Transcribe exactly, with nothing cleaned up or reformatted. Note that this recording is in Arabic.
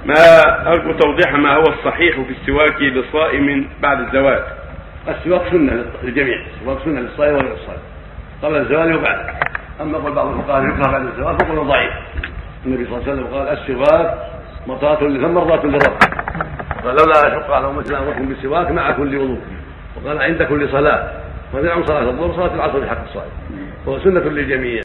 ما أرجو توضيح ما هو الصحيح في السواك للصائم بعد الزوال. السواك سنة للجميع، السواك سنة للصائم وغير الصائم قبل الزوال وبعد. أما قول بعض الفقهاء يكره بعد الزوال فقول ضعيف. النبي صلى الله عليه وسلم قال السواك مطاة للفم مرضاة للرب، فلولا أشق على أمتنا أمركم بالسواك مع كل وضوء، وقال عند كل صلاة، ومنعهم صلاة الظهر وصلاة العصر بحق الصائم، وهو سنة للجميع.